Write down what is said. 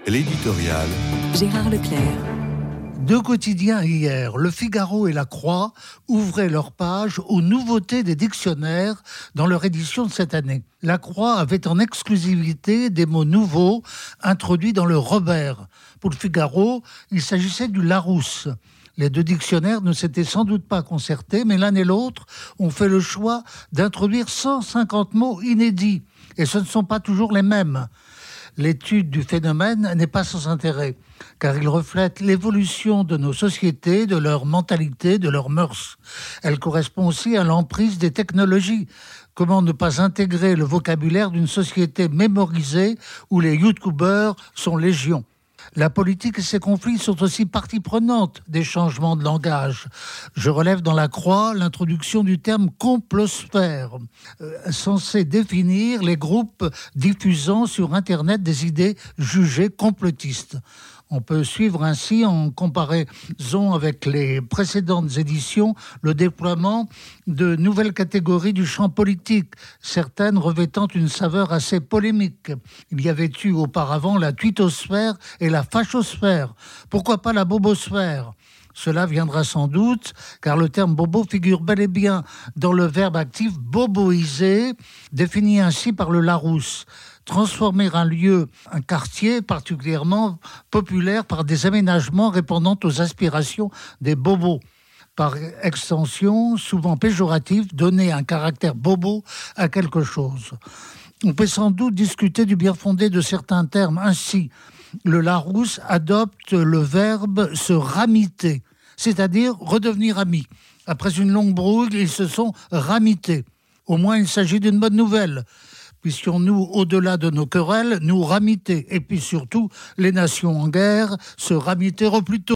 L'éditorial. Gérard Leclerc. Deux quotidiens hier, Le Figaro et La Croix, ouvraient leurs pages aux nouveautés des dictionnaires dans leur édition de cette année. La Croix avait en exclusivité des mots nouveaux introduits dans le Robert. Pour Le Figaro, il s'agissait du Larousse. Les deux dictionnaires ne s'étaient sans doute pas concertés, mais l'un et l'autre ont fait le choix d'introduire 150 mots inédits. Et ce ne sont pas toujours les mêmes. L'étude du phénomène n'est pas sans intérêt, car il reflète l'évolution de nos sociétés, de leur mentalité, de leurs mœurs. Elle correspond aussi à l'emprise des technologies. Comment ne pas intégrer le vocabulaire d'une société mémorisée où les youtubeurs sont légion? La politique et ses conflits sont aussi partie prenante des changements de langage. Je relève dans La Croix l'introduction du terme complosphère, censé définir les groupes diffusant sur Internet des idées jugées complotistes. On peut suivre ainsi, en comparaison avec les précédentes éditions, le déploiement de nouvelles catégories du champ politique, certaines revêtant une saveur assez polémique. Il y avait eu auparavant la twittosphère et la fachosphère. Pourquoi pas la bobosphère ? Cela viendra sans doute, car le terme bobo figure bel et bien dans le verbe actif boboiser, défini ainsi par le Larousse. Transformer un lieu, un quartier particulièrement populaire par des aménagements répondant aux aspirations des bobos. Par extension, souvent péjoratif, donner un caractère bobo à quelque chose. On peut sans doute discuter du bien fondé de certains termes. Ainsi, le Larousse adopte le verbe se ramiter, c'est-à-dire redevenir amis. Après une longue brouille, ils se sont ramités. Au moins, il s'agit d'une bonne nouvelle. Puissions-nous, au-delà de nos querelles, nous ramiter. Et puis surtout, les nations en guerre se ramiter au plus tôt.